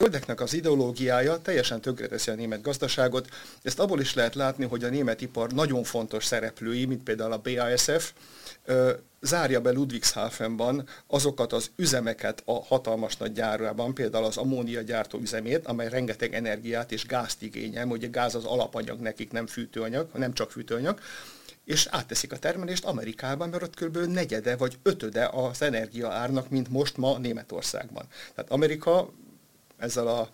zöldeknek az ideológiája teljesen tönkreteszi a német gazdaságot. Ezt abból is lehet látni, hogy a német ipar nagyon fontos szereplői, mint például a BASF, zárja be Ludwigshafenban azokat az üzemeket a hatalmas nagy gyárában, például az ammónia gyártó üzemét, amely rengeteg energiát és gázt igényel, ugye gáz az alapanyag nekik, nem fűtőanyag, nem csak fűtőanyag, és átteszik a termelést Amerikában, mert ott kb. Negyede vagy ötöde az energiaárnak, mint most ma Németországban. Tehát Amerika ezzel a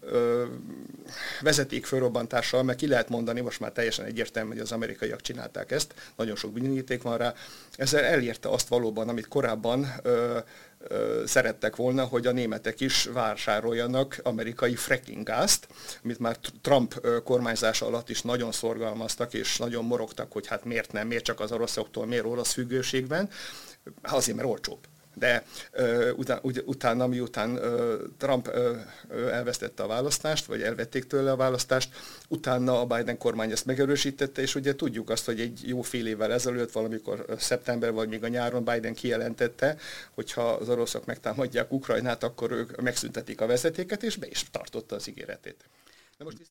vezeték fölrobbantással, meg ki lehet mondani, most már teljesen egyértelmű, hogy az amerikaiak csinálták ezt, nagyon sok bizonyíték van rá, ezzel elérte azt valóban, amit korábban szerettek volna, hogy a németek is vásároljanak amerikai fracking gázt, amit már Trump kormányzása alatt is nagyon szorgalmaztak, és nagyon morogtak, hogy hát miért nem, miért csak az oroszoktól, miért orosz függőségben, azért, mert olcsóbb. De utána, miután Trump elvesztette a választást, vagy elvették tőle a választást, utána a Biden kormány ezt megerősítette, és ugye tudjuk azt, hogy egy jó fél évvel ezelőtt, valamikor szeptember vagy még a nyáron Biden kijelentette, hogyha az oroszok megtámadják Ukrajnát, akkor ők megszüntetik a vezetéket, és be is tartotta az ígéretét. De most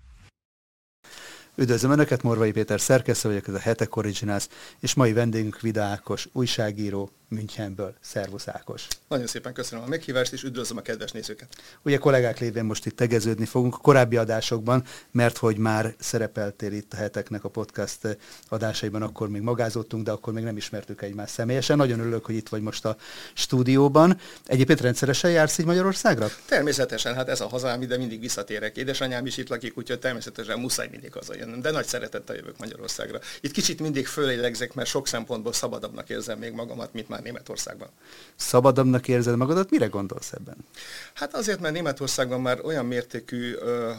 Üdvözlöm Önöket, Morvai Péter szerkesztő vagyok, ez a Hetek Originals, és mai vendégünk Vida Ákos, újságíró Münchenből. Szervusz Ákos! Nagyon szépen köszönöm a meghívást, és üdvözlöm a kedves nézőket! Ugye kollégák lévén most itt tegeződni fogunk a korábbi adásokban, mert hogy már szerepeltél itt a Heteknek a podcast adásaiban, akkor még magázottunk, de akkor még nem ismertük egymást személyesen. Nagyon örülök, hogy itt vagy most a stúdióban. Egyébként rendszeresen jársz így Magyarországra? Természetesen, hát ez a hazám, ide mindig visszatérek. Édesanyám is itt lakik, úgyhogy természetesen muszáj mindig hazajönnöm, de nagy szeretettel jövök Magyarországra. Itt kicsit mindig fölélegzek, mert sok szempontból szabadabbnak érzem még magamat, mint már Németországban. Szabadabbnak érzed magadat? Mire gondolsz ebben? Hát azért, mert Németországban már olyan mértékű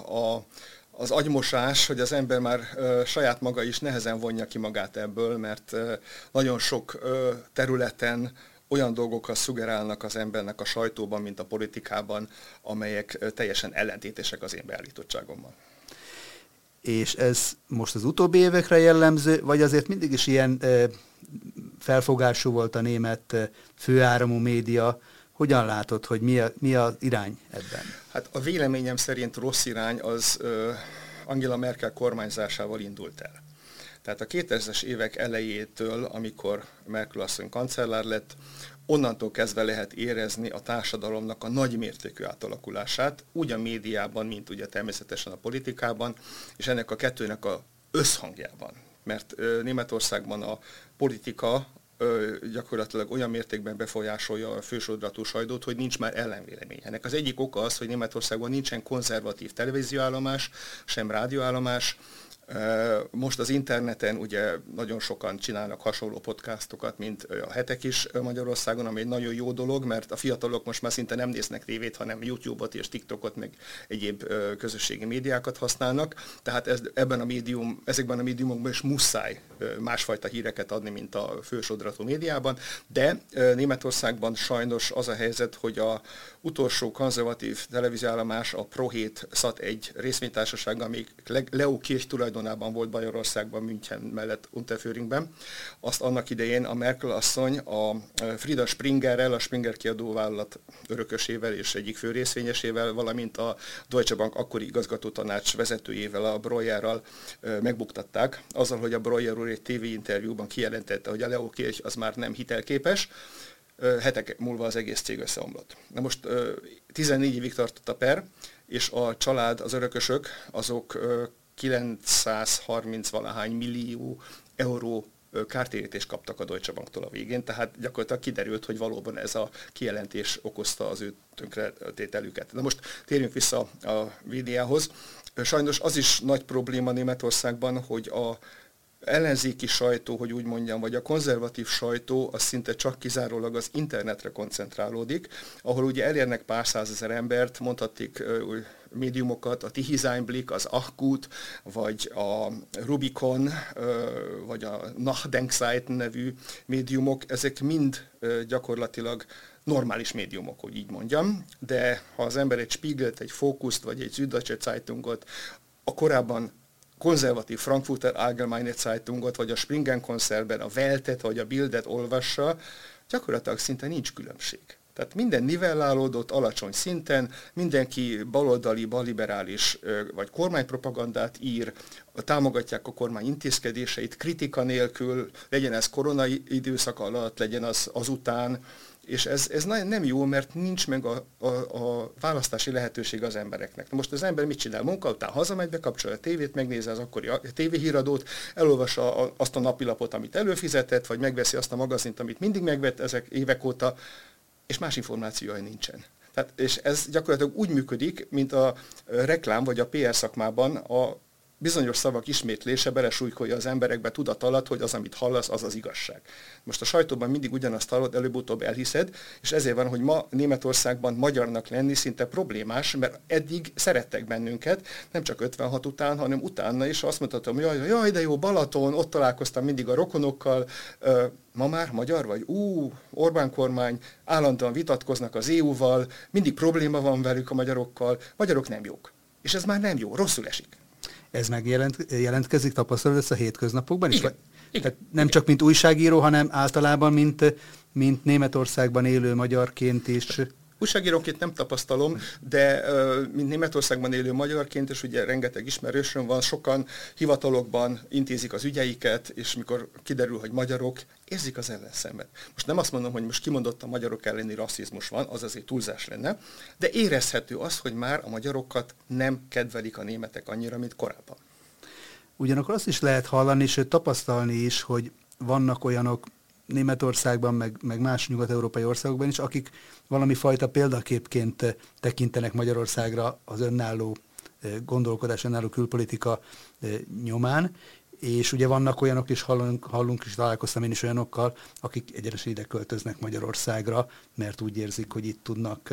az agymosás, hogy az ember már saját maga is nehezen vonja ki magát ebből, mert nagyon sok területen olyan dolgokkal szuggerálnak az embernek a sajtóban, mint a politikában, amelyek teljesen ellentétesek az én beállítottságommal. És ez most az utóbbi évekre jellemző, vagy azért mindig is ilyen felfogású volt a német főáramú média? Hogyan látod, hogy mi az irány ebben? Hát a véleményem szerint rossz irány az Angela Merkel kormányzásával indult el. Tehát a 2000-es évek elejétől, amikor Merkel asszony kancellár lett, onnantól kezdve lehet érezni a társadalomnak a nagymértékű átalakulását, úgy a médiában, mint ugye természetesen a politikában, és ennek a kettőnek a összhangjában. Mert Németországban a politika gyakorlatilag olyan mértékben befolyásolja a fősodratú sajtót, hogy nincs már ellenvélemény. Ennek az egyik oka az, hogy Németországban nincsen konzervatív televízióállomás, sem rádióállomás. Most az interneten ugye nagyon sokan csinálnak hasonló podcastokat, mint a Hetek is Magyarországon, ami egy nagyon jó dolog, mert a fiatalok most már szinte nem néznek tévét, hanem YouTube-ot és TikTokot, meg egyéb közösségi médiákat használnak. Tehát ezekben a médiumokban is muszáj másfajta híreket adni, mint a fősodratú médiában, de Németországban sajnos az a helyzet, hogy a utolsó konzervatív televízióállomás, a Pro7 Sat1 részvénytársasága, még Leo Kirch tulajdonában volt Bajorországban, München mellett Unterföhringben. Azt annak idején a Merkel asszony a Frida Springerrel, a Springer kiadóvállalat örökösével és egyik fő részvényesével, valamint a Deutsche Bank akkori igazgatótanács vezetőjével, a Breuerrel megbuktatták, azzal, hogy a Breuer úr egy tévéinterjúban kijelentette, hogy a Leo Kirch az már nem hitelképes. Hetek múlva az egész cég összeomlott. Na most 14 évig tartott a per, és a család, az örökösök, azok 930-valahány millió euró kártérítést kaptak a Deutsche Banktól a végén, tehát gyakorlatilag kiderült, hogy valóban ez a kijelentés okozta az ő tönkretételüket. Na most térjünk vissza a médiához. Sajnos az is nagy probléma Németországban, hogy a ellenzéki sajtó, hogy úgy mondjam, vagy a konzervatív sajtó, az szinte csak kizárólag az internetre koncentrálódik, ahol ugye elérnek pár százezer embert, mondhatték médiumokat, a Die Einblick, az Achgut, vagy a Rubicon, vagy a Nachdenkseiten nevű médiumok, ezek mind gyakorlatilag normális médiumok, hogy így mondjam, de ha az ember egy Spiegelt, egy Focust, vagy egy Süddeutsche Zeitungot, a korábban konzervatív Frankfurter Allgemeine Zeitungot, vagy a Springen-konzerben a Weltet, vagy a Bildet olvassa, gyakorlatilag szinte nincs különbség. Tehát minden nivellálódott alacsony szinten, mindenki baloldali, balliberális vagy kormánypropagandát ír, támogatják a kormány intézkedéseit kritika nélkül, legyen ez koronai időszak alatt, legyen az azután, és ez nem jó, mert nincs meg a választási lehetőség az embereknek. Most az ember mit csinál? Munka után hazamegy, bekapcsolja a tévét, megnézi az akkori tévéhíradót, elolvassa azt a napilapot, amit előfizetett, vagy megveszi azt a magazint, amit mindig megvett ezek évek óta, és más információja nincsen. Tehát, és ez gyakorlatilag úgy működik, mint a reklám vagy a PR szakmában a bizonyos szavak ismétlése belesújkolja az emberekbe tudat alatt, hogy az, amit hallasz, az az igazság. Most a sajtóban mindig ugyanazt hallod, előbb-utóbb elhiszed, és ezért van, hogy ma Németországban magyarnak lenni szinte problémás, mert eddig szerettek bennünket, nem csak 56 után, hanem utána is. Azt mondhatom, jaj, de jó, Balaton, ott találkoztam mindig a rokonokkal, ma már magyar vagy? Orbán kormány, állandóan vitatkoznak az EU-val, mindig probléma van velük a magyarokkal, magyarok nem jók. És ez már nem jó, rosszul esik. Ez jelentkezik, tapasztalod ezt a hétköznapokban is? Igen. Tehát nem csak mint újságíró, hanem általában, mint Németországban élő magyarként is? Újságíróként nem tapasztalom, de mint Németországban élő magyarként, és ugye rengeteg ismerősöm van, sokan hivatalokban intézik az ügyeiket, és mikor kiderül, hogy magyarok, érzik az ellenszenvet. Most nem azt mondom, hogy most kimondott a magyarok elleni rasszizmus van, az azért túlzás lenne, de érezhető az, hogy már a magyarokat nem kedvelik a németek annyira, mint korábban. Ugyanakkor azt is lehet hallani, és tapasztalni is, hogy vannak olyanok Németországban, meg más nyugat-európai országokban is, akik valami fajta példaképként tekintenek Magyarországra az önálló gondolkodás, önálló külpolitika nyomán, és ugye vannak olyanok is, hallunk és találkoztam én is olyanokkal, akik egyenesen ide költöznek Magyarországra, mert úgy érzik, hogy itt tudnak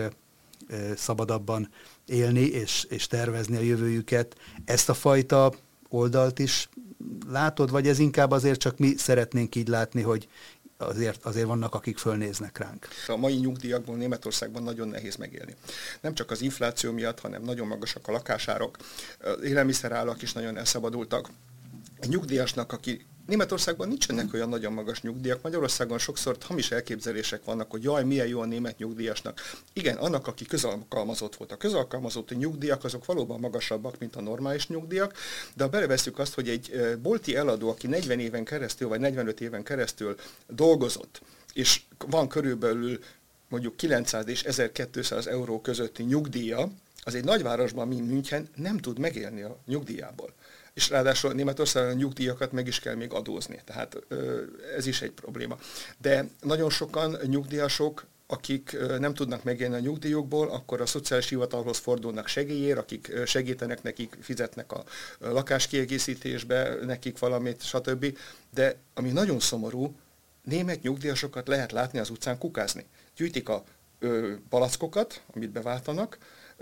szabadabban élni és tervezni a jövőjüket. Ezt a fajta oldalt is látod, vagy ez inkább azért csak mi szeretnénk így látni, hogy azért vannak, akik fölnéznek ránk? A mai nyugdíjakból Németországban nagyon nehéz megélni. Nem csak az infláció miatt, hanem nagyon magasak a lakásárak, élelmiszerárak is nagyon elszabadultak. Egy nyugdíjasnak, aki Németországban nincsenek olyan nagyon magas nyugdíjak, Magyarországon sokszor hamis elképzelések vannak, hogy jaj, milyen jó a német nyugdíjasnak. Igen, annak, aki közalkalmazott volt. A közalkalmazotti nyugdíjak azok valóban magasabbak, mint a normális nyugdíjak, de ha beleveszünk azt, hogy egy bolti eladó, aki 40 éven keresztül, vagy 45 éven keresztül dolgozott, és van körülbelül mondjuk 900 és 1200 euró közötti nyugdíja, az egy nagyvárosban, mint München, nem tud megélni a nyugdíjából. És ráadásul Németországon a nyugdíjakat meg is kell még adózni. Tehát ez is egy probléma. De nagyon sokan nyugdíjasok, akik nem tudnak megélni a nyugdíjukból, akkor a szociális hivatalhoz fordulnak segélyért, akik segítenek nekik, fizetnek a lakáskiegészítésbe, nekik valamit, stb. De ami nagyon szomorú, német nyugdíjasokat lehet látni az utcán kukázni. Gyűjtik a palackokat, amit beváltanak,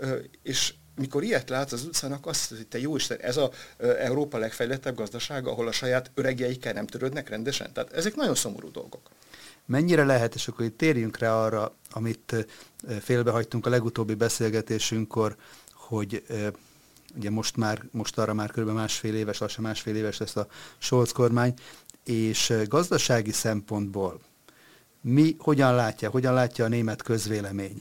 és mikor ilyet látsz az utcának, azt mondod, hogy te jóisten, ez az Európa legfejlettebb gazdasága, ahol a saját öregjeikkel nem törődnek rendesen. Tehát ezek nagyon szomorú dolgok. Mennyire lehet, és akkor itt térjünk rá arra, amit félbehagytunk a legutóbbi beszélgetésünkkor, hogy ugye most arra már kb. Lassan másfél éves lesz a Scholz kormány, és gazdasági szempontból hogyan látja a német közvélemény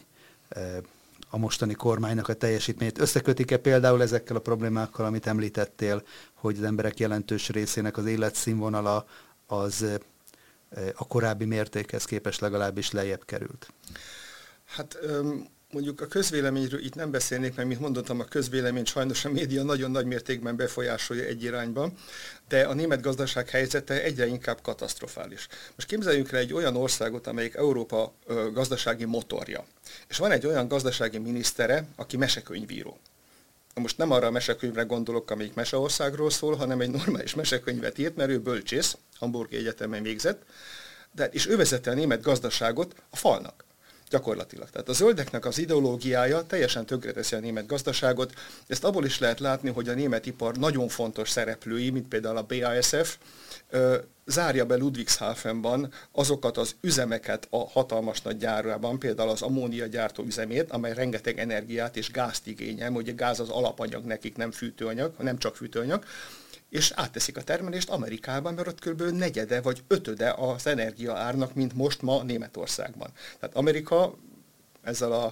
a mostani kormánynak a teljesítményét? Összekötik-e például ezekkel a problémákkal, amit említettél, hogy az emberek jelentős részének az életszínvonala az a korábbi mértékhez képest legalábbis lejjebb került? Hát mondjuk a közvéleményről itt nem beszélnék, mert mint mondottam, a közvélemény sajnos a média nagyon nagy mértékben befolyásolja egy irányba, de a német gazdaság helyzete egyre inkább katasztrofális. Most képzeljünk rá egy olyan országot, amelyik Európa gazdasági motorja. És van egy olyan gazdasági minisztere, aki mesekönyvíró. Most nem arra a mesekönyvre gondolok, amelyik Meseországról szól, hanem egy normális mesekönyvet írt, mert ő bölcsész, Hamburgi Egyetemen végzett, és ő vezette a német gazdaságot a falnak. Gyakorlatilag. Tehát a zöldeknek az ideológiája teljesen tönkreteszi a német gazdaságot. Ezt abból is lehet látni, hogy a német ipar nagyon fontos szereplői, mint például a BASF, zárja be Ludwigshafenban azokat az üzemeket a hatalmas nagy gyárában, például az ammónia gyártó üzemét, amely rengeteg energiát és gázt igényel, ugye gáz az alapanyag nekik, nem fűtőanyag, nem csak fűtőanyag, és átteszik a termelést Amerikában, mert ott kb. Negyede vagy ötöde az energiaárnak, mint most ma Németországban. Tehát Amerika ezzel a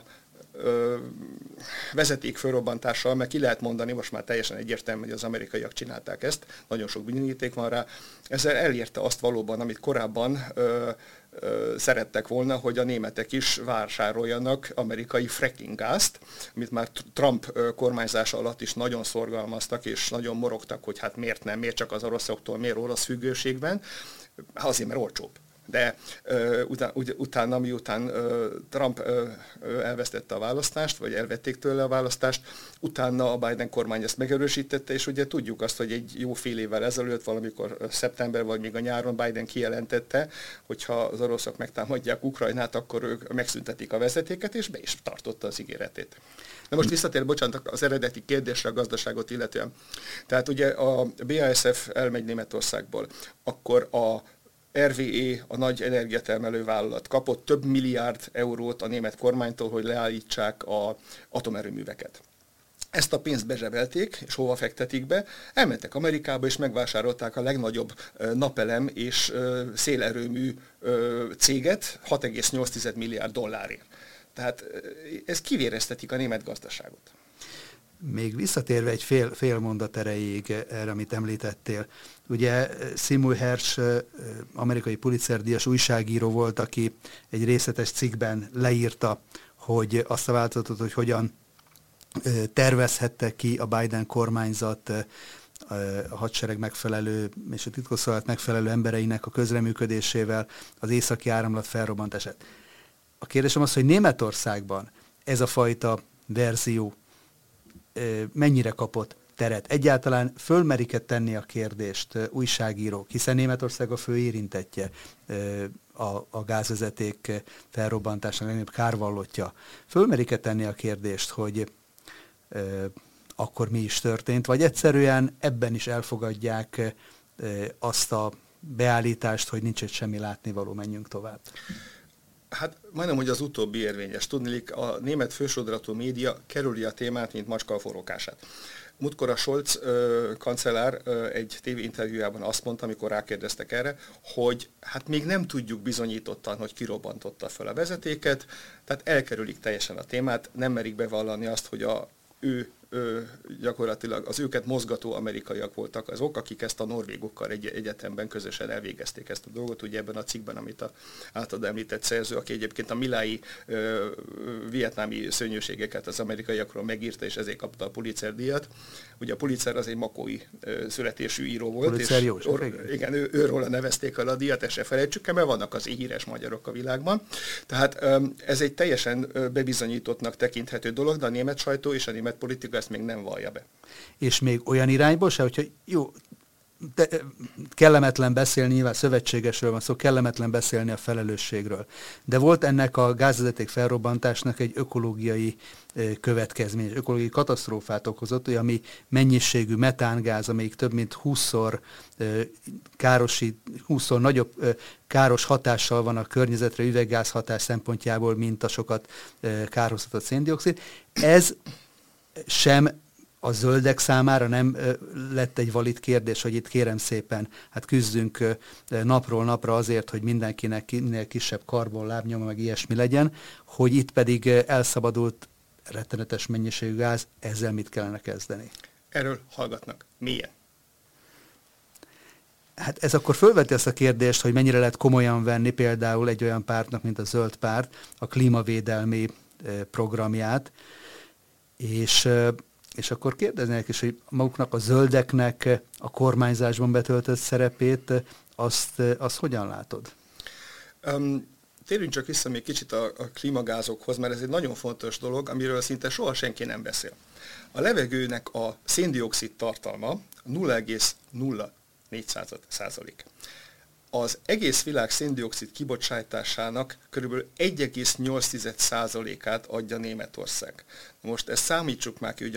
vezeték fölrobbantással, meg ki lehet mondani, most már teljesen egyértelmű, hogy az amerikaiak csinálták ezt, nagyon sok bizonyíték van rá, ezzel elérte azt valóban, amit korábban szerettek volna, hogy a németek is vásároljanak amerikai fracking gázt, amit már Trump kormányzása alatt is nagyon szorgalmaztak, és nagyon morogtak, hogy hát miért nem, miért csak az oroszoktól, miért orosz függőségben, azért, mert olcsóbb. De utána, miután Trump elvesztette a választást, vagy elvették tőle a választást, utána a Biden kormány ezt megerősítette, és ugye tudjuk azt, hogy egy jó fél évvel ezelőtt, valamikor szeptember vagy még a nyáron Biden kijelentette, hogyha az oroszok megtámadják Ukrajnát, akkor ők megszüntetik a vezetéket, és be is tartotta az ígéretét. Na most visszatér, bocsánat, az eredeti kérdésre a gazdaságot illetően. Tehát ugye a BASF elmegy Németországból, akkor a RWE, a nagy energiatermelő vállalat kapott több milliárd eurót a német kormánytól, hogy leállítsák az atomerőműveket. Ezt a pénzt bezsebelték, és hova fektetik be? Elmentek Amerikába, és megvásárolták a legnagyobb napelem és szélerőmű céget 6,8 milliárd dollárért. Tehát ez kivéreztetik a német gazdaságot. Még visszatérve egy fél mondat erejéig erre, amit említettél. Ugye Seymour Hersh, amerikai Pulitzer-díjas újságíró volt, aki egy részletes cikkben leírta, hogy azt a változatot, hogy hogyan tervezhette ki a Biden kormányzat a hadsereg megfelelő és a titkosszolgálat megfelelő embereinek a közreműködésével az északi áramlat felrobbantását. A kérdésem az, hogy Németországban ez a fajta verzió mennyire kapott teret? Egyáltalán fölmerik-e tenni a kérdést újságírók, hiszen Németország a fő érintettje a gázvezeték felrobbantásnak, legnagyobb kárvallottja. Fölmerik-e tenni a kérdést, hogy akkor mi is történt, vagy egyszerűen ebben is elfogadják azt a beállítást, hogy nincs egy semmi látnivaló, menjünk tovább? Hát majdnem, hogy az utóbbi érvényes. Tudniillik, a német fősodratú média kerüli a témát, mint macska a forrókását. Múltkor a Scholz kancellár egy tévéinterjújában azt mondta, amikor rákérdeztek erre, hogy hát még nem tudjuk bizonyítottan, hogy kirobbantotta fel a vezetéket, tehát elkerülik teljesen a témát, nem merik bevallani azt, hogy gyakorlatilag az őket mozgató amerikaiak voltak azok, akik ezt a norvégokkal egyetemben közösen elvégezték ezt a dolgot. Ugye ebben a cikkben, amit a általad említett szerző, aki egyébként a milái vietnámi szörnyűségeket az amerikaiakról megírta, és ezért kapta a Pulitzer-díjat. Ugye a Pulitzer az egy makói születésű író volt. Pulitzer és József, igen, őróla nevezték el a díjat, ezt se felejtsük el, mert vannak az híres magyarok a világban. Tehát ez egy teljesen bebizonyítottnak tekinthető dolog, de a német sajtó és a német politika ezt még nem vallja be. És még olyan irányból se, hogyha jó, kellemetlen beszélni, nyilván szövetségesről van szó, kellemetlen beszélni a felelősségről. De volt ennek a gázvezeték felrobbantásnak egy ökológiai következmény, ökológiai katasztrófát okozott, hogy ami mennyiségű metángáz, amelyik több mint 20-szor nagyobb káros hatással van a környezetre, üveggáz hatás szempontjából, mint a sokat kárhoztatott széndioxid. Ez sem a zöldek számára nem lett egy valid kérdés, hogy itt kérem szépen, hát küzdünk napról napra azért, hogy mindenkinek minél kisebb karbonlábnyoma, meg ilyesmi legyen, hogy itt pedig elszabadult rettenetes mennyiségű gáz, ezzel mit kellene kezdeni? Erről hallgatnak. Milyen? Hát ez akkor fölveti azt a kérdést, hogy mennyire lehet komolyan venni például egy olyan pártnak, mint a Zöld Párt, a klímavédelmi programját, és akkor kérdeznék is, hogy maguknak a zöldeknek a kormányzásban betöltött szerepét, azt hogyan látod? Térjünk csak vissza még kicsit a klímagázokhoz, mert ez egy nagyon fontos dolog, amiről szinte soha senki nem beszél. A levegőnek a széndioxid tartalma 0,04%. Az egész világ széndioxid kibocsátásának kb. 1,8%-át adja Németország. Most ezt számítsuk már ki, hogy a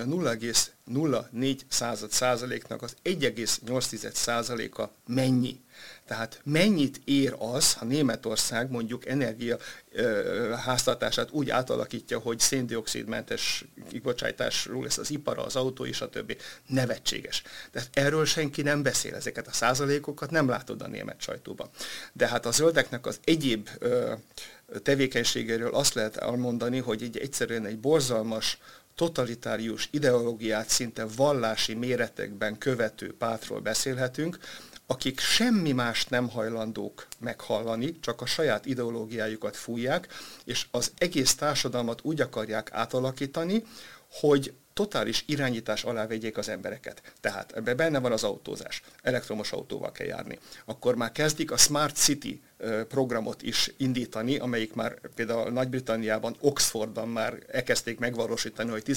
0,04%-nak az 1,8%-a mennyi. Tehát mennyit ér az, ha Németország mondjuk energia háztartását úgy átalakítja, hogy széndioxidmentes kibocsátásról lesz az ipara, az autó és a többi. Nevetséges. Tehát erről senki nem beszél, ezeket a százalékokat nem látod a német sajtóban. De hát a zöldeknek az egyéb tevékenységéről azt lehet elmondani, hogy így egyszerűen egy borzalmas, totalitárius ideológiát szinte vallási méretekben követő pártról beszélhetünk, akik semmi mást nem hajlandók meghallani, csak a saját ideológiájukat fújják, és az egész társadalmat úgy akarják átalakítani, hogy totális irányítás alá vegyék az embereket. Tehát ebben benne van az autózás. Elektromos autóval kell járni. Akkor már kezdik a Smart City programot is indítani, amelyik már például Nagy-Britanniában, Oxfordban már elkezdték megvalósítani, hogy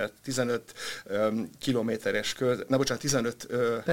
15 kilométeres 15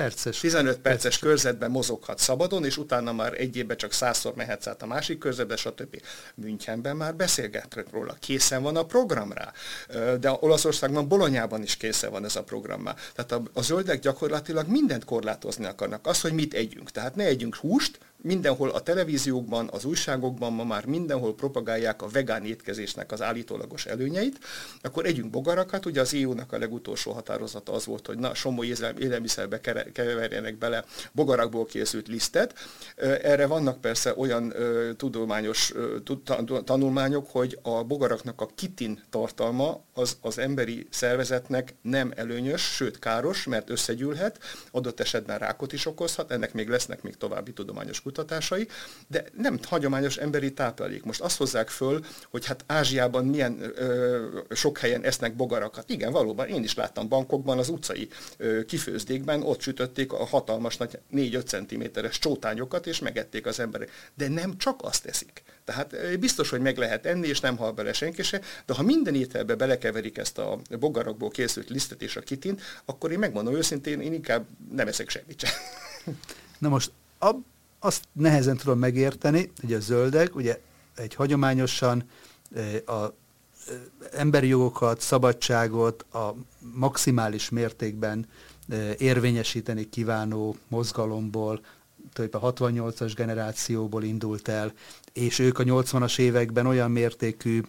perces körzetben mozoghat szabadon, és utána már egy évben csak 100-szor mehetsz át a másik körzetbe, stb. Münchenben már beszélgettek róla, készen van a program rá. De Olaszországban, Bolonyában is készen van ez a program már. Tehát a zöldek gyakorlatilag mindent korlátozni akarnak. Az, hogy mit együnk. Tehát ne együnk húst, mindenhol a televíziókban, az újságokban ma már mindenhol propagálják a vegán étkezésnek az állítólagos előnyeit, akkor együnk bogarakat, ugye az EU-nak a legutolsó határozata az volt, hogy somó élelmiszerbe keverjenek bele bogarakból készült lisztet. Erre vannak persze olyan tudományos tanulmányok, hogy a bogaraknak a kitin tartalma az emberi szervezetnek nem előnyös, sőt káros, mert összegyűlhet, adott esetben rákot is okozhat, ennek még lesznek még további tudományos kutatásai, de nem hagyományos emberi táplálék. Most azt hozzák föl, hogy hát Ázsiában milyen sok helyen esznek bogarakat. Igen, valóban én is láttam Bangkokban, az utcai kifőzdékben, ott sütötték a hatalmas nagy 4-5 centiméteres csótányokat, és megették az emberek. De nem csak azt eszik. Tehát biztos, hogy meg lehet enni, és nem hal bele senki se, de ha minden ételbe belekeverik ezt a bogarakból készült lisztet és a kitint, akkor én megmondom őszintén, én inkább nem eszek semmit sem. Na most azt nehezen tudom megérteni, hogy a zöldek ugye egy hagyományosan az emberi jogokat, szabadságot a maximális mértékben érvényesíteni kívánó mozgalomból, tulajdonképpen a 68-as generációból indult el, és ők a 80-as években olyan mértékű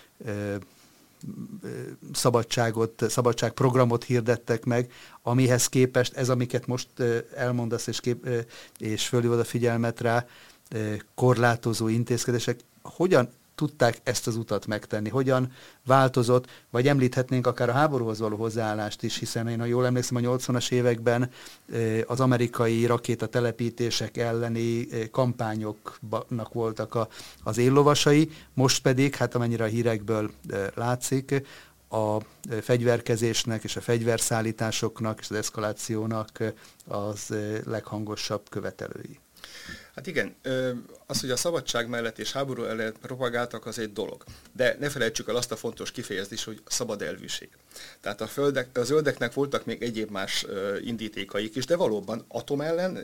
szabadságprogramot hirdettek meg, amihez képest ez, amiket most elmondasz, és fölhívod a figyelmet rá, korlátozó intézkedések, hogyan tudták ezt az utat megtenni, hogyan változott, vagy említhetnénk akár a háborúhoz való hozzáállást is, hiszen én, ha jól emlékszem, a 80-as években az amerikai rakétatelepítések elleni kampányoknak voltak az éllovasai, most pedig, hát amennyire a hírekből látszik, a fegyverkezésnek és a fegyverszállításoknak és az eszkalációnak az leghangosabb követelői. Hát igen, az, hogy a szabadság mellett és háború ellen propagáltak, az egy dolog. De ne felejtsük el azt a fontos kifejezést, hogy szabad elvűség. Tehát a zöldeknek voltak még egyéb más indítékaik is, de valóban atom ellen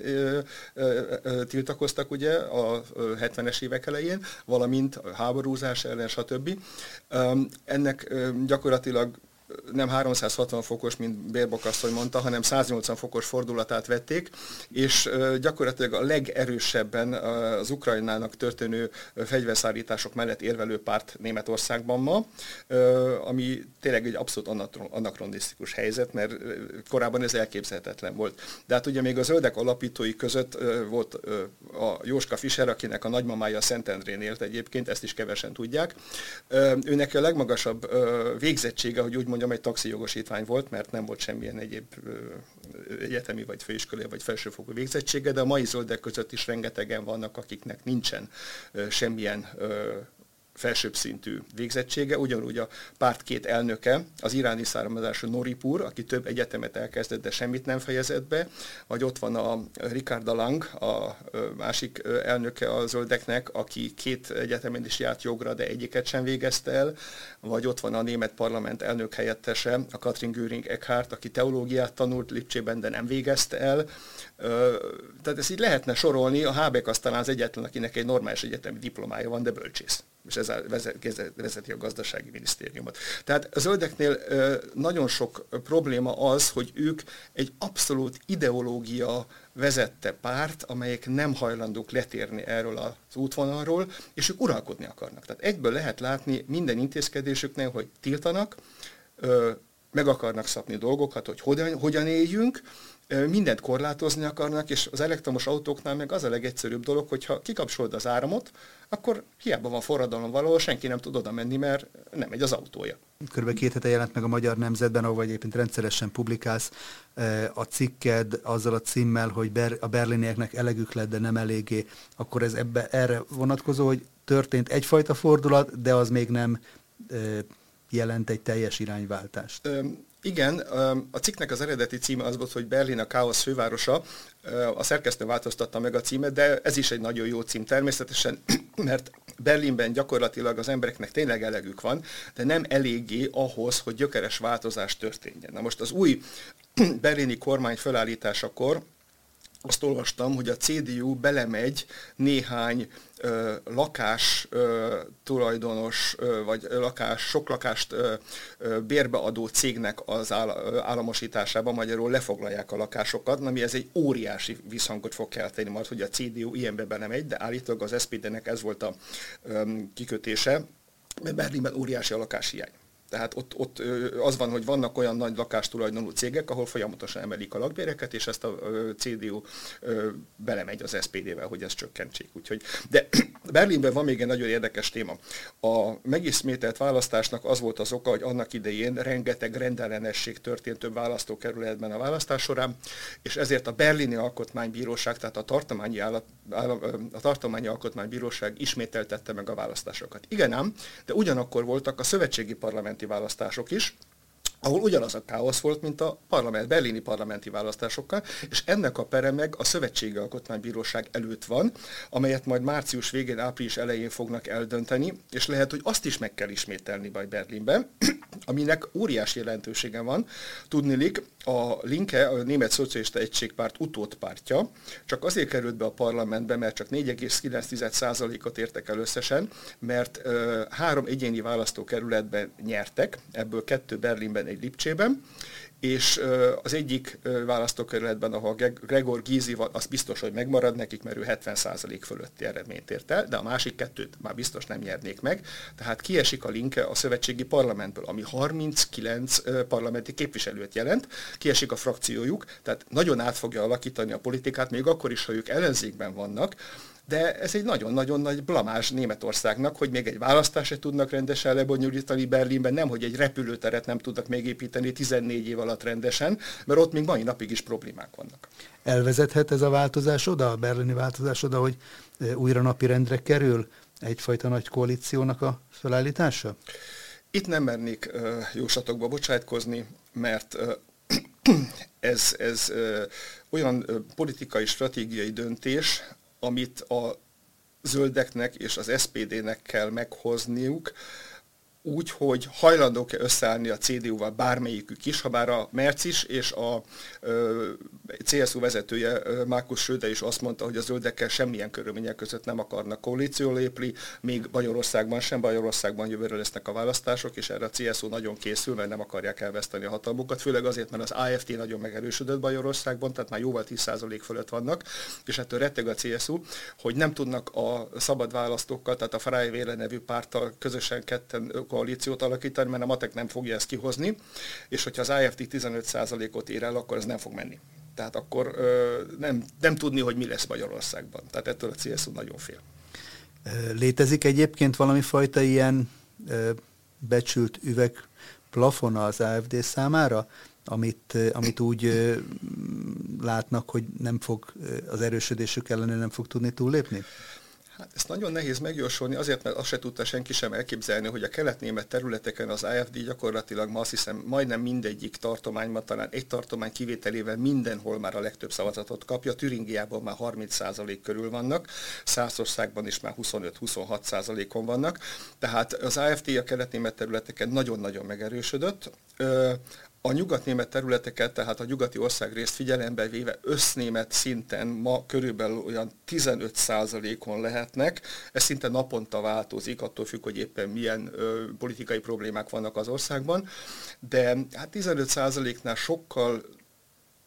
tiltakoztak ugye a 70-es évek elején, valamint a háborúzás ellen, stb. Ennek gyakorlatilag nem 360 fokos, mint Baerbock asszony mondta, hanem 180 fokos fordulatát vették, és gyakorlatilag a legerősebben az Ukrajnának történő fegyverszállítások mellett érvelő párt Németországban ma, ami tényleg egy abszolút anakronisztikus helyzet, mert korábban ez elképzelhetetlen volt. De hát ugye még a zöldek alapítói között volt a Jóska Fischer, akinek a nagymamája Szentendrén élt egyébként, ezt is kevesen tudják. Őnek a legmagasabb végzettsége, hogy úgy mondjam, egy taxijogosítvány volt, mert nem volt semmilyen egyéb egyetemi, vagy főiskolai, vagy felsőfokú végzettsége, de a mai zöldek között is rengetegen vannak, akiknek nincsen semmilyen felsőbb szintű végzettsége, ugyanúgy a párt két elnöke, az iráni származású Noripur, aki több egyetemet elkezdett, de semmit nem fejezett be, vagy ott van a Ricard Dalang, a másik elnöke a zöldeknek, aki 2 egyetemen is járt jogra, de egyiket sem végezte el, vagy ott van a német parlament elnök helyettese, a Katrin Göring-Eckardt, aki teológiát tanult Lipcsében, de nem végezte el. Tehát ezt így lehetne sorolni, a Habeck az talán az egyetlen, akinek egy normális egyetemi diplomája van, de bölcsész, és ezzel vezeti a gazdasági minisztériumot. Tehát a zöldeknél nagyon sok probléma az, hogy ők egy abszolút ideológia vezette párt, amelyek nem hajlandók letérni erről az útvonalról, és ők uralkodni akarnak. Tehát egyből lehet látni minden intézkedésüknél, hogy tiltanak, meg akarnak szabni dolgokat, hogy hogyan éljünk, mindent korlátozni akarnak, és az elektromos autóknál meg az a legegyszerűbb dolog, hogyha kikapcsolod az áramot, akkor hiába van forradalom valahol, senki nem tud oda menni, mert nem megy az autója. Körülbelül 2 hete jelent meg a Magyar Nemzetben, ahol egyébként rendszeresen publikálsz a cikked azzal a címmel, hogy a berlinieknek elegük lett, de nem eléggé. Akkor ez erre vonatkozó, hogy történt egyfajta fordulat, de az még nem jelent egy teljes irányváltást. Igen, a cikknek az eredeti címe az volt, hogy Berlin a káosz fővárosa. A szerkesztő változtatta meg a címet, de ez is egy nagyon jó cím természetesen, mert Berlinben gyakorlatilag az embereknek tényleg elegük van, de nem eléggé ahhoz, hogy gyökeres változás történjen. Na most az új berlini kormány felállításakor azt olvastam, hogy a CDU belemegy néhány lakás tulajdonos, vagy sok lakást bérbeadó cégnek az államosításába, magyarul lefoglalják a lakásokat, ami ez egy óriási visszhangot fog kelteni majd, hogy a CDU ilyenbe belemegy, de állítólag az SPD-nek ez volt a kikötése, mert Berlinben óriási a lakáshiány. Tehát ott az van, hogy vannak olyan nagy lakástulajdonú cégek, ahol folyamatosan emelik a lakbéreket, és ezt a CDU belemegy az SPD-vel, hogy ezt csökkentsék. Úgyhogy, de Berlinben van még egy nagyon érdekes téma. A megismételt választásnak az volt az oka, hogy annak idején rengeteg rendellenesség történt több választókerületben a választás során, és ezért a Berlini Alkotmánybíróság, tehát a Tartományi Alkotmánybíróság ismételtette meg a választásokat. Igen ám, de ugyanakkor voltak a szövetségi parlamenti választások is, ahol ugyanaz a káosz volt, mint a berlini parlamenti választásokkal, és ennek a pere meg a Szövetségi Alkotmánybíróság előtt van, amelyet majd március végén, április elején fognak eldönteni, és lehet, hogy azt is meg kell ismételni majd Berlinben, aminek óriási jelentősége van. Tudniillik, a Linke, a Német Szocialista Egységpárt utódpártja, csak azért került be a parlamentbe, mert csak 4,9%-ot értek el összesen, mert 3 egyéni választókerületben nyertek, ebből 2 Berlinben, egy Lipcsében, és az egyik választókerületben, ahol Gregor Gysi van, az biztos, hogy megmarad nekik, mert ő 70% fölötti eredményt ért el, de a másik 2 már biztos nem nyernék meg. Tehát kiesik a Linke a szövetségi parlamentből, ami 39 parlamenti képviselőt jelent, kiesik a frakciójuk, tehát nagyon át fogja alakítani a politikát, még akkor is, ha ők ellenzékben vannak, de ez egy nagyon-nagyon nagy blamázs Németországnak, hogy még egy választást se tudnak rendesen lebonyolítani Berlinben, nem, hogy egy repülőteret nem tudnak megépíteni 14 év alatt rendesen, mert ott még mai napig is problémák vannak. Elvezethet ez a változás oda, a berlini változás oda, hogy újra napirendre kerül egyfajta nagy koalíciónak a felállítása? Itt nem mernék jóslatokba bocsájtkozni, mert ez olyan politikai, stratégiai döntés, amit a zöldeknek és az SPD-nek kell meghozniuk, úgy, hogy hajlandók-e összeállni a CDU-val bármelyikük is, ha bár a Merz is és a CSU vezetője Markus Söder is azt mondta, hogy a zöldekkel semmilyen körülmények között nem akarnak koalíció lépni, még Magyarországban jövőre lesznek a választások, és erre a CSU nagyon készül, mert nem akarják elveszteni a hatalmukat, főleg azért, mert az AfD nagyon megerősödött Magyarországban, tehát már jóval 10% fölött vannak, és ettől retteg a CSU, hogy nem tudnak a szabad választókkal, tehát a Freie Wähler nevű párttal közösen ketten koalíciót alakítani, mert a matek nem fogja ezt kihozni, és hogyha az AfD 15%-ot ér el, akkor ez nem fog menni. Tehát akkor nem tudni, hogy mi lesz Magyarországban. Tehát ettől a CSU nagyon fél. Létezik egyébként valami fajta ilyen becsült üvegplafon az AfD számára, amit úgy látnak, hogy nem fog az erősödésük ellenére nem fog tudni túllépni? Hát ezt nagyon nehéz megjósolni, azért, mert azt se tudta senki sem elképzelni, hogy a kelet-német területeken az AfD gyakorlatilag ma azt hiszem majdnem mindegyik tartományban, talán egy tartomány kivételével mindenhol már a legtöbb szavazatot kapja. Türingiában már 30% körül vannak, Szászországban is már 25-26%-on vannak. Tehát az AfD a kelet-német területeken nagyon-nagyon megerősödött. A nyugatnémet területeket, tehát a nyugati országrészt figyelembe véve össznémet szinten ma körülbelül olyan 15%-on lehetnek. Ez szinte naponta változik, attól függ, hogy éppen milyen politikai problémák vannak az országban. De hát 15%-nál sokkal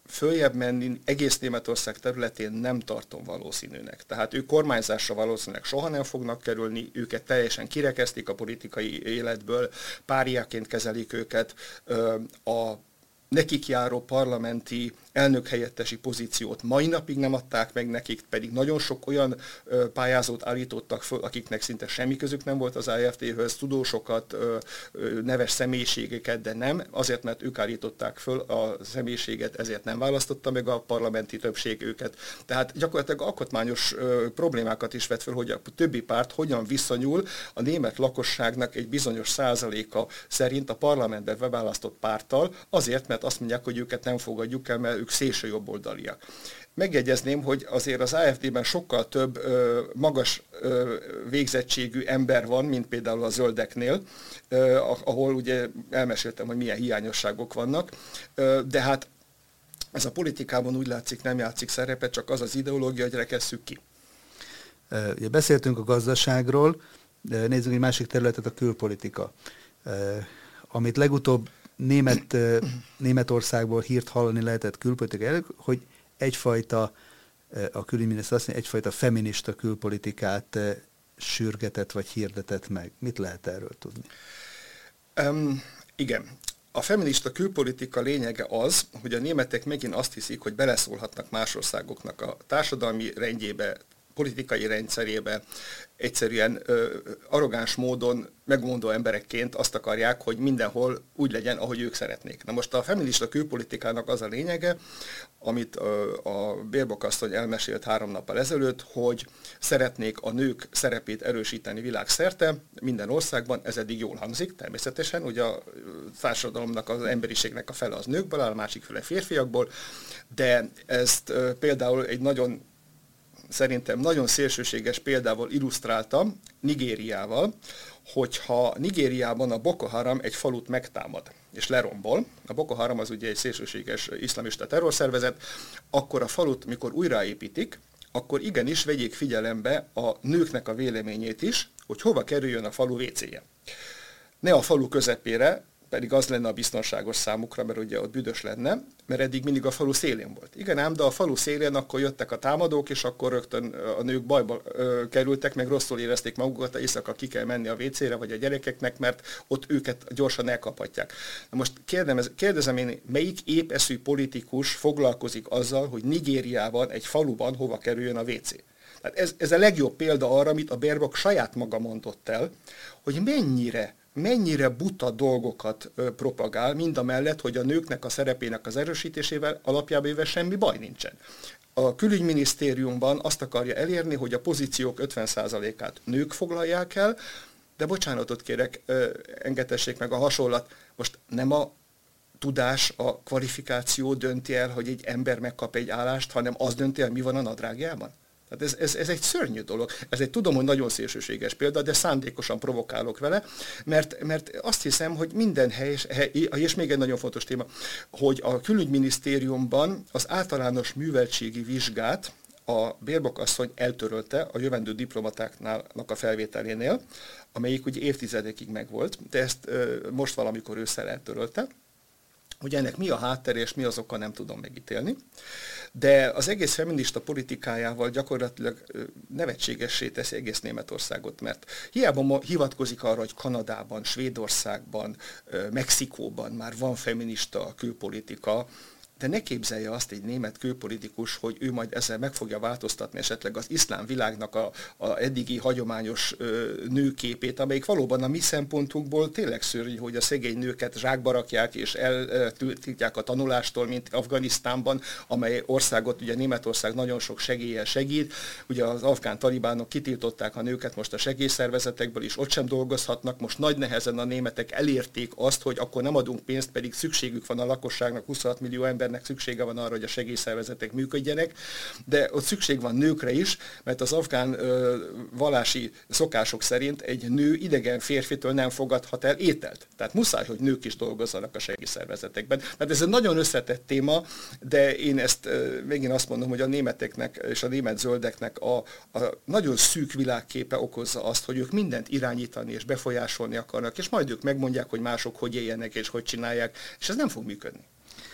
följebb menni egész Németország területén nem tartom valószínűnek. Tehát ők kormányzásra valószínűleg soha nem fognak kerülni, őket teljesen kirekesztik a politikai életből, páriaként kezelik őket, a nekik járó parlamenti elnökhelyettesi pozíciót mai napig nem adták meg nekik, pedig nagyon sok olyan pályázót állítottak föl, akiknek szinte semmi közük nem volt az AfD-höz, tudósokat, neves személyiségeket, de nem, azért, mert ők állították föl a személyiséget, ezért nem választotta meg a parlamenti többség őket. Tehát gyakorlatilag alkotmányos problémákat is vet föl, hogy a többi párt hogyan viszonyul a német lakosságnak egy bizonyos százaléka szerint a parlamentbe beválasztott párttal, azért, mert azt mondják, hogy őket nem fogadjuk el, mert ők szélső jobboldaliak. Megjegyezném, hogy azért az AfD-ben sokkal több magas végzettségű ember van, mint például a zöldeknél, ahol ugye elmeséltem, hogy milyen hiányosságok vannak, de hát ez a politikában úgy látszik nem játszik szerepet, csak az az ideológia, hogy rekesszük ki. Ugye beszéltünk a gazdaságról, nézzünk egy másik területet, a külpolitika. Amit legutóbb Németországból hírt hallani lehetett külpolitikai, hogy egyfajta, a külügyminiszter azt mondja, egyfajta feminista külpolitikát sürgetett vagy hirdetett meg. Mit lehet erről tudni? Igen. A feminista külpolitika lényege az, hogy a németek megint azt hiszik, hogy beleszólhatnak más országoknak a társadalmi rendjébe, politikai rendszerébe, egyszerűen arrogáns módon megmondó emberekként azt akarják, hogy mindenhol úgy legyen, ahogy ők szeretnék. Na most a feminista külpolitikának az a lényege, amit a Baerbock asszony elmesélt 3 nappal ezelőtt, hogy szeretnék a nők szerepét erősíteni világszerte, minden országban, ez eddig jól hangzik, természetesen, ugye a társadalomnak, az emberiségnek a fele az nőkből áll, a másik fele férfiakból, de ezt például egy szerintem nagyon szélsőséges példával illusztráltam, Nigériával, hogyha Nigériában a Boko Haram egy falut megtámad és lerombol, a Boko Haram az ugye egy szélsőséges iszlamista terrorszervezet, akkor a falut, mikor újraépítik, akkor igenis vegyék figyelembe a nőknek a véleményét is, hogy hova kerüljön a falu WC-je. Ne a falu közepére, pedig az lenne a biztonságos számukra, mert ugye ott büdös lenne, mert eddig mindig a falu szélén volt. Igen ám, de a falu szélén akkor jöttek a támadók, és akkor rögtön a nők bajba kerültek, meg rosszul érezték magukat, éjszaka ki kell menni a WC-re, vagy a gyerekeknek, mert ott őket gyorsan elkaphatják. Na most kérdezem én, melyik épeszű politikus foglalkozik azzal, hogy Nigériában, egy faluban hova kerüljön a WC? Tehát ez a legjobb példa arra, amit a Baerbock saját maga mondott el, hogy mennyire buta dolgokat propagál, mindamellett, hogy a nőknek a szerepének az erősítésével alapjában véve semmi baj nincsen. A külügyminisztériumban azt akarja elérni, hogy a pozíciók 50%-át nők foglalják el, de bocsánatot kérek, engedhessék meg a hasonlat, most nem a tudás, a kvalifikáció dönti el, hogy egy ember megkap egy állást, hanem az dönti el, mi van a nadrágjában? Tehát ez egy szörnyű dolog. Tudom, hogy nagyon szélsőséges példa, de szándékosan provokálok vele, mert azt hiszem, hogy minden és még egy nagyon fontos téma, hogy a külügyminisztériumban az általános műveltségi vizsgát a Baerbock asszony eltörölte a jövendő diplomatáknak a felvételénél, amelyik ugye évtizedekig megvolt, de ezt most valamikor ősszel eltörölte. Ugye ennek mi a háttere és mi az oka, nem tudom megítélni. De az egész feminista politikájával gyakorlatilag nevetségessé teszi egész Németországot, mert hiába hivatkozik arra, hogy Kanadában, Svédországban, Mexikóban már van feminista külpolitika, de ne képzelje azt egy német külpolitikus, hogy ő majd ezzel meg fogja változtatni esetleg az iszlám világnak a eddigi hagyományos nőképét, amelyik valóban a mi szempontunkból tényleg szörnyű, hogy a szegény nőket zsákba rakják és eltiltják a tanulástól, mint Afganisztánban, amely országot ugye Németország nagyon sok segéllyel segít. Ugye az afgán talibánok kitiltották a nőket most a segélyszervezetekből is, ott sem dolgozhatnak. Most nagy nehezen a németek elérték azt, hogy akkor nem adunk pénzt, pedig szükségük van a lakosságnak, 26 millió embernek szüksége van arra, hogy a segélyszervezetek működjenek, de ott szükség van nőkre is, mert az afgán vallási szokások szerint egy nő idegen férfitől nem fogadhat el ételt. Tehát muszáj, hogy nők is dolgozzanak a segélyszervezetekben. Mert ez egy nagyon összetett téma, de én ezt megint azt mondom, hogy a németeknek és a német zöldeknek a nagyon szűk világképe okozza azt, hogy ők mindent irányítani és befolyásolni akarnak, és majd ők megmondják, hogy mások hogy éljenek és hogy csinálják, és ez nem fog működni.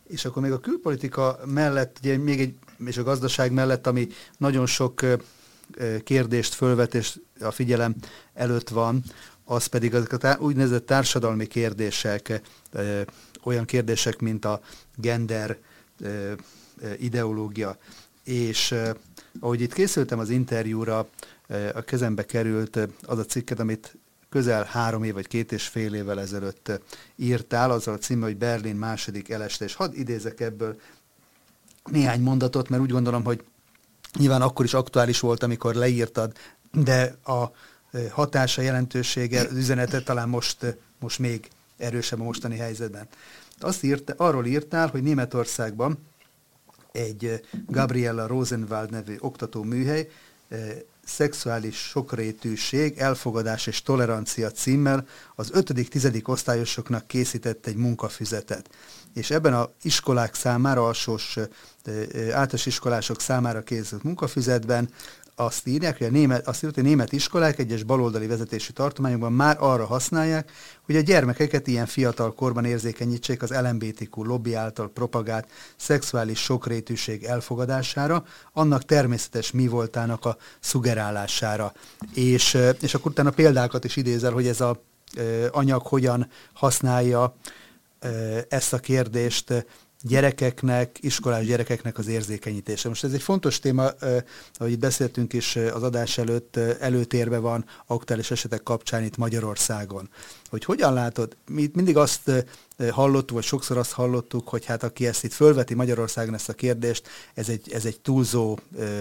És akkor még a külpolitika mellett, ugye és a gazdaság mellett, ami nagyon sok kérdést fölvet, és a figyelem előtt van, az pedig azok a úgynevezett társadalmi kérdések, olyan kérdések, mint a gender ideológia. És ahogy itt készültem az interjúra, a kezembe került az a cikket, amit közel 3 év vagy 2,5 évvel ezelőtt írtál, azzal a címe, hogy Berlin második eleste. És hadd idézek ebből néhány mondatot, mert úgy gondolom, hogy nyilván akkor is aktuális volt, amikor leírtad, de a hatása, jelentősége, az üzenete talán most még erősebb a mostani helyzetben. Arról írtál, hogy Németországban egy Gabriela Rosenwald nevű oktatóműhely szexuális sokrétűség, elfogadás és tolerancia címmel az 5.-10. osztályosoknak készített egy munkafüzetet. És ebben az iskolák számára, általános iskolások számára készült munkafüzetben azt írják, hogy a német iskolák egyes baloldali vezetésű tartományokban már arra használják, hogy a gyermekeket ilyen fiatal korban érzékenyítsék az LMBTQ lobby által propagált szexuális sokrétűség elfogadására, annak természetes mi voltának a szuggerálására. És akkor utána példákat is idézel, hogy ez az anyag hogyan használja ezt a kérdést gyerekeknek, iskolás gyerekeknek az érzékenyítése. Most ez egy fontos téma, ahogy itt beszéltünk is az adás előtt, előtérbe van aktuális esetek kapcsán itt Magyarországon. Hogy hogyan látod, mi mindig azt hallottuk, vagy sokszor azt hallottuk, hogy hát aki ezt itt fölveti Magyarországon ezt a kérdést, ez egy túlzó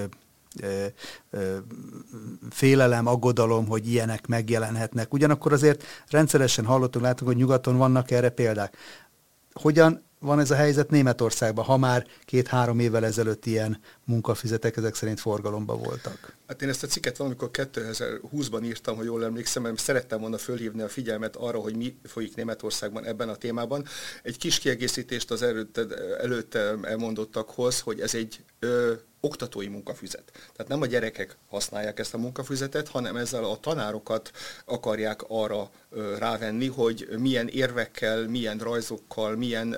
félelem, aggodalom, hogy ilyenek megjelenhetnek. Ugyanakkor azért rendszeresen hallottunk, látunk, hogy nyugaton vannak erre példák. Hogyan van ez a helyzet Németországban, ha már 2-3 évvel ezelőtt ilyen munkafüzetek ezek szerint forgalomban voltak? Hát én ezt a cikket valamikor 2020-ban írtam, hogy jól emlékszem, mert szerettem volna fölhívni a figyelmet arra, hogy mi folyik Németországban ebben a témában. Egy kis kiegészítést az előtte elmondottakhoz, hogy ez egy oktatói munkafüzet. Tehát nem a gyerekek használják ezt a munkafüzetet, hanem ezzel a tanárokat akarják arra rávenni, hogy milyen érvekkel, milyen rajzokkal, milyen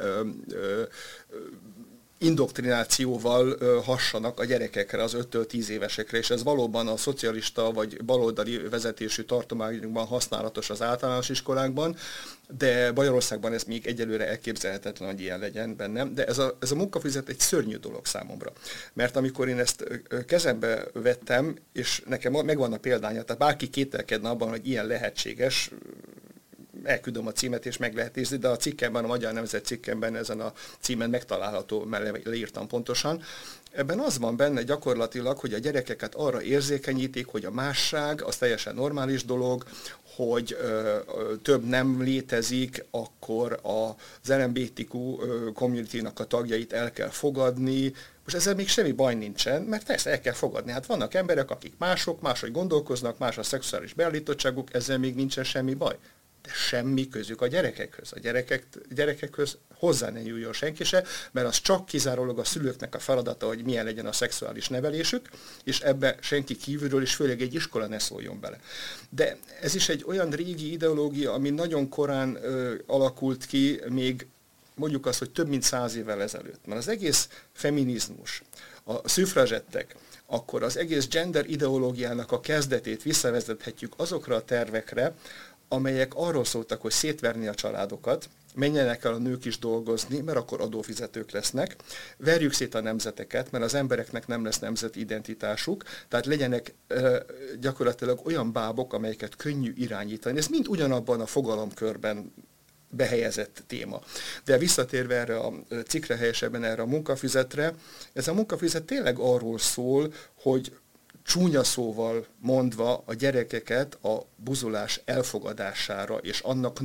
indoktrinációval hassanak a gyerekekre, az 5-10 évesekre, és ez valóban a szocialista vagy baloldali vezetésű tartományokban használatos az általános iskolákban, de Magyarországban ez még egyelőre elképzelhetetlen, hogy ilyen legyen bennem, de ez a munkafüzet egy szörnyű dolog számomra. Mert amikor én ezt kezembe vettem, és nekem megvan a példánya, tehát bárki kételkedne abban, hogy ilyen lehetséges, elküldöm a címet, és meg lehet nézni, de a cikkemben, a Magyar Nemzet cikkemben ezen a címen megtalálható, mert leírtam pontosan. Ebben az van benne gyakorlatilag, hogy a gyerekeket arra érzékenyítik, hogy a másság az teljesen normális dolog, hogy több nem létezik, akkor az LMBTQ community-nak a tagjait el kell fogadni. Most ezzel még semmi baj nincsen, mert persze el kell fogadni. Hát vannak emberek, akik máshogy gondolkoznak, más a szexuális beállítottságuk, ezzel még nincsen semmi baj. De semmi közük a gyerekekhöz. A gyerekekhöz hozzá ne nyúljon senki se, mert az csak kizárólag a szülőknek a feladata, hogy milyen legyen a szexuális nevelésük, és ebbe senki kívülről, és főleg egy iskola ne szóljon bele. De ez is egy olyan régi ideológia, ami nagyon korán alakult ki, még mondjuk azt, hogy több mint 100 évvel ezelőtt. Mert az egész feminizmus, a szüfrazsettek, akkor az egész gender ideológiának a kezdetét visszavezethetjük azokra a tervekre, amelyek arról szóltak, hogy szétverni a családokat, menjenek el a nők is dolgozni, mert akkor adófizetők lesznek, verjük szét a nemzeteket, mert az embereknek nem lesz nemzeti identitásuk, tehát legyenek gyakorlatilag olyan bábok, amelyeket könnyű irányítani. Ez mind ugyanabban a fogalomkörben behelyezett téma. De visszatérve erre a cikkre, helyesebben erre a munkafüzetre, ez a munkafüzet tényleg arról szól, hogy csúnya szóval mondva a gyerekeket a buzulás elfogadására és annak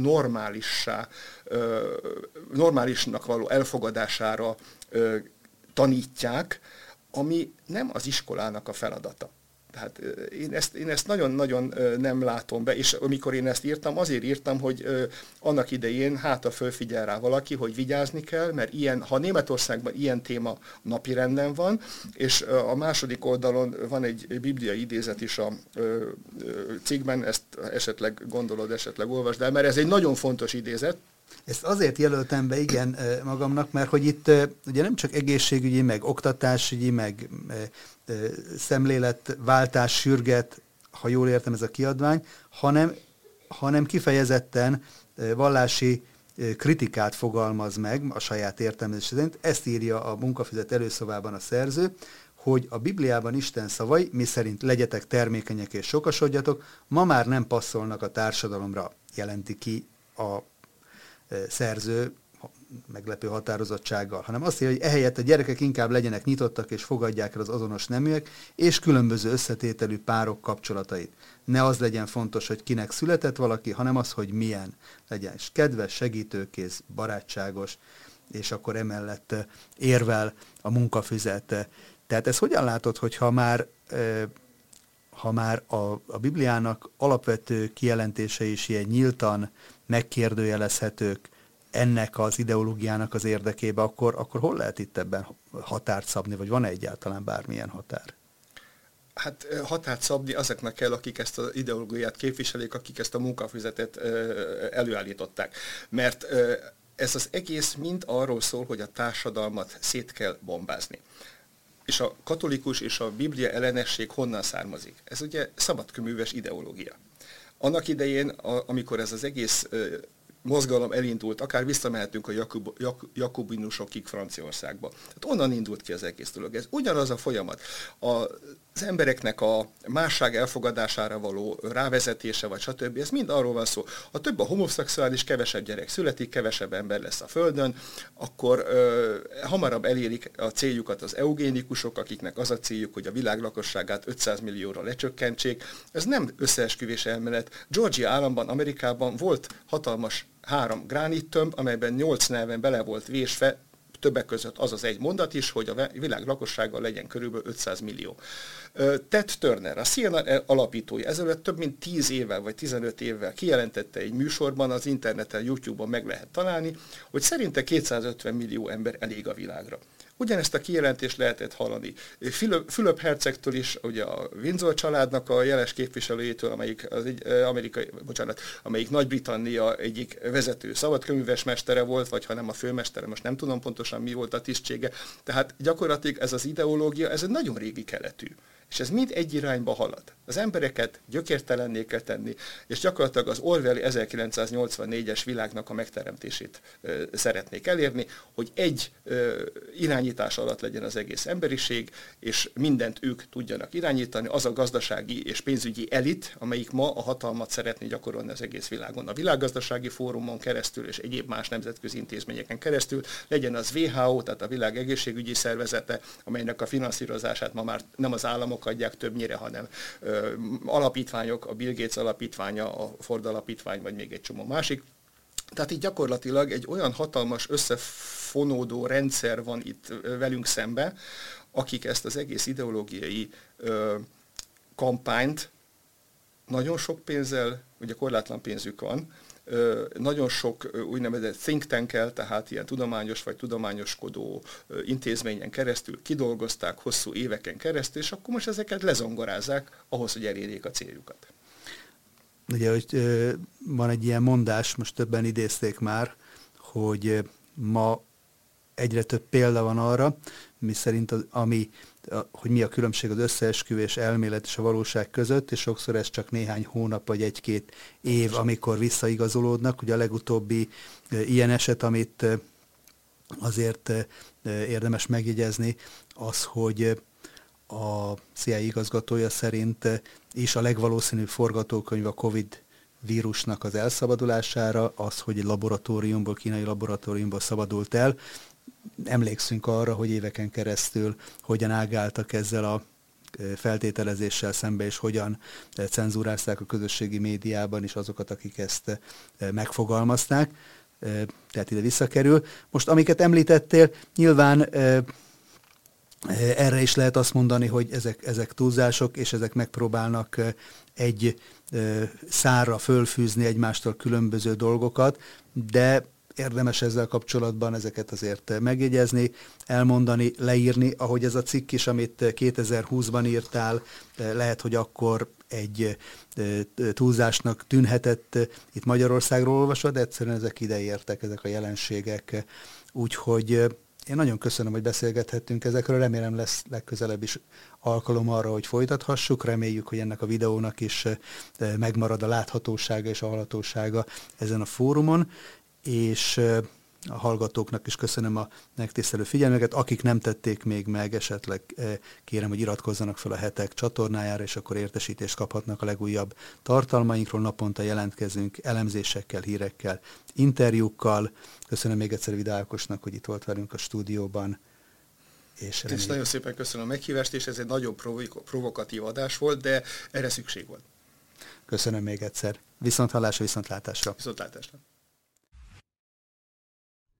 normálisnak való elfogadására tanítják, ami nem az iskolának a feladata. Tehát én ezt nagyon-nagyon nem látom be, és amikor én ezt írtam, azért írtam, hogy annak idején hátra fölfigyel rá valaki, hogy vigyázni kell, mert ha Németországban ilyen téma napirenden van, és a második oldalon van egy bibliai idézet is a cikkben, ezt esetleg gondolod, esetleg olvasd el, mert ez egy nagyon fontos idézet, Ezt azért jelöltem be, igen, magamnak, mert hogy itt ugye nem csak egészségügyi, meg oktatásügyi, meg szemléletváltás sürget, ha jól értem ez a kiadvány, hanem kifejezetten vallási kritikát fogalmaz meg a saját értelmezés szerint. Ezt írja a Munkafüzet előszavában a szerző, hogy a Bibliában Isten szavai, miszerint legyetek termékenyek és sokasodjatok, ma már nem passzolnak a társadalomra, jelenti ki a szerző meglepő határozottsággal, hanem azt írja, hogy ehelyett a gyerekek inkább legyenek nyitottak és fogadják el az azonos neműek és különböző összetételű párok kapcsolatait. Ne az legyen fontos, hogy kinek született valaki, hanem az, hogy milyen legyen. És kedves, segítőkész, barátságos, és akkor emellett érvel a Munkafüzet. Tehát ezt hogyan látod, hogy ha már a Bibliának alapvető kijelentései is ilyen nyíltan megkérdőjelezhetők ennek az ideológiának az érdekébe, akkor hol lehet itt ebben határt szabni, vagy van-e egyáltalán bármilyen határ? Hát határt szabni azoknak kell, akik ezt az ideológiát képviselik, akik ezt a munkafüzetet előállították. Mert ez az egész mind arról szól, hogy a társadalmat szét kell bombázni. És a katolikus és a Biblia ellenesség honnan származik? Ez ugye szabadkőműves ideológia. Annak idején, amikor ez az egész mozgalom elindult, akár visszamehetünk a jakobinusokig Franciaországba. Tehát onnan indult ki az egész dolog. Ez ugyanaz a folyamat. Az embereknek a másság elfogadására való rávezetése, vagy stb. Ez mind arról van szó. Ha több a homoszexuális, kevesebb gyerek születik, kevesebb ember lesz a Földön, akkor hamarabb elérik a céljukat az eugénikusok, akiknek az a céljuk, hogy a világ lakosságát 500 millióra lecsökkentsék. Ez nem összeesküvés elmélet. Georgia államban, Amerikában volt hatalmas 3 gránittömb, amelyben 8 nyelven bele volt vésve, többek között az egy mondat is, hogy a világ lakossága legyen körülbelül 500 millió. Ted Turner, a CNN alapítója, ezelőtt több mint 10 évvel vagy 15 évvel kijelentette egy műsorban, az interneten, YouTube-on meg lehet találni, hogy szerinte 250 millió ember elég a világra. Ugyanezt a kijelentést lehetett hallani Fülöp hercegtől is, ugye a Windsor családnak a jeles képviselőjétől, amelyik Nagy-Britannia egyik vezető szabadkőműves mestere volt, vagy ha nem a főmestere, most nem tudom pontosan mi volt a tisztsége. Tehát gyakorlatilag ez az ideológia, ez egy nagyon régi keletű. És ez mind egy irányba halad. Az embereket gyökértelenné kell tenni, és gyakorlatilag az Orwelli 1984-es világnak a megteremtését szeretnék elérni, hogy egy irányítás alatt legyen az egész emberiség, és mindent ők tudjanak irányítani. Az a gazdasági és pénzügyi elit, amelyik ma a hatalmat szeretné gyakorolni az egész világon. A Világgazdasági Fórumon keresztül és egyéb más nemzetközi intézményeken keresztül legyen az WHO, tehát a Világ Egészségügyi Szervezete, amelynek a finanszírozását ma már nem az államok adják többnyire, hanem alapítványok, a Bill Gates alapítványa, a Ford alapítvány, vagy még egy csomó másik. Tehát itt gyakorlatilag egy olyan hatalmas összefonódó rendszer van itt velünk szembe, akik ezt az egész ideológiai kampányt nagyon sok pénzzel, ugye korlátlan pénzük van, nagyon sok úgynevezett think tank-el, tehát ilyen tudományos vagy tudományoskodó intézményen keresztül kidolgozták hosszú éveken keresztül, és akkor most ezeket lezongorázzák ahhoz, hogy elérjék a céljukat. Ugye, hogy van egy ilyen mondás, most többen idézték már, hogy ma egyre több példa van arra, miszerint hogy mi a különbség az összeesküvés elmélet és a valóság között, és sokszor ez csak néhány hónap vagy 1-2 év, amikor visszaigazolódnak. Ugye a legutóbbi ilyen eset, amit azért érdemes megjegyezni, az, hogy a CIA igazgatója szerint is a legvalószínűbb forgatókönyv a Covid vírusnak az elszabadulására, az, hogy egy kínai laboratóriumból szabadult el. Emlékszünk arra, hogy éveken keresztül hogyan ágáltak ezzel a feltételezéssel szembe, és hogyan cenzúrázták a közösségi médiában is azokat, akik ezt megfogalmazták. Tehát ide visszakerül. Most amiket említettél, nyilván erre is lehet azt mondani, hogy ezek túlzások, és ezek megpróbálnak egy szárra fölfűzni egymástól különböző dolgokat, de érdemes ezzel kapcsolatban ezeket azért megjegyezni, elmondani, leírni, ahogy ez a cikk is, amit 2020-ban írtál, lehet, hogy akkor egy túlzásnak tűnhetett itt Magyarországról olvasva, de egyszerűen ezek ide értek, ezek a jelenségek. Úgyhogy én nagyon köszönöm, hogy beszélgethettünk ezekről, remélem lesz legközelebb is alkalom arra, hogy folytathassuk, reméljük, hogy ennek a videónak is megmarad a láthatósága és a hallhatósága ezen a fórumon, és a hallgatóknak is köszönöm a megtisztelő figyelmeket, akik nem tették még meg, esetleg kérem, hogy iratkozzanak fel a Hetek csatornájára, és akkor értesítést kaphatnak a legújabb tartalmainkról. Naponta jelentkezünk elemzésekkel, hírekkel, interjúkkal. Köszönöm még egyszer Vida Ákosnak, hogy itt volt velünk a stúdióban. És nagyon szépen köszönöm a meghívást, és ez egy nagyon provokatív adás volt, de erre szükség volt. Köszönöm még egyszer. Viszonthallásra, viszontlátásra. Viszontlátásra.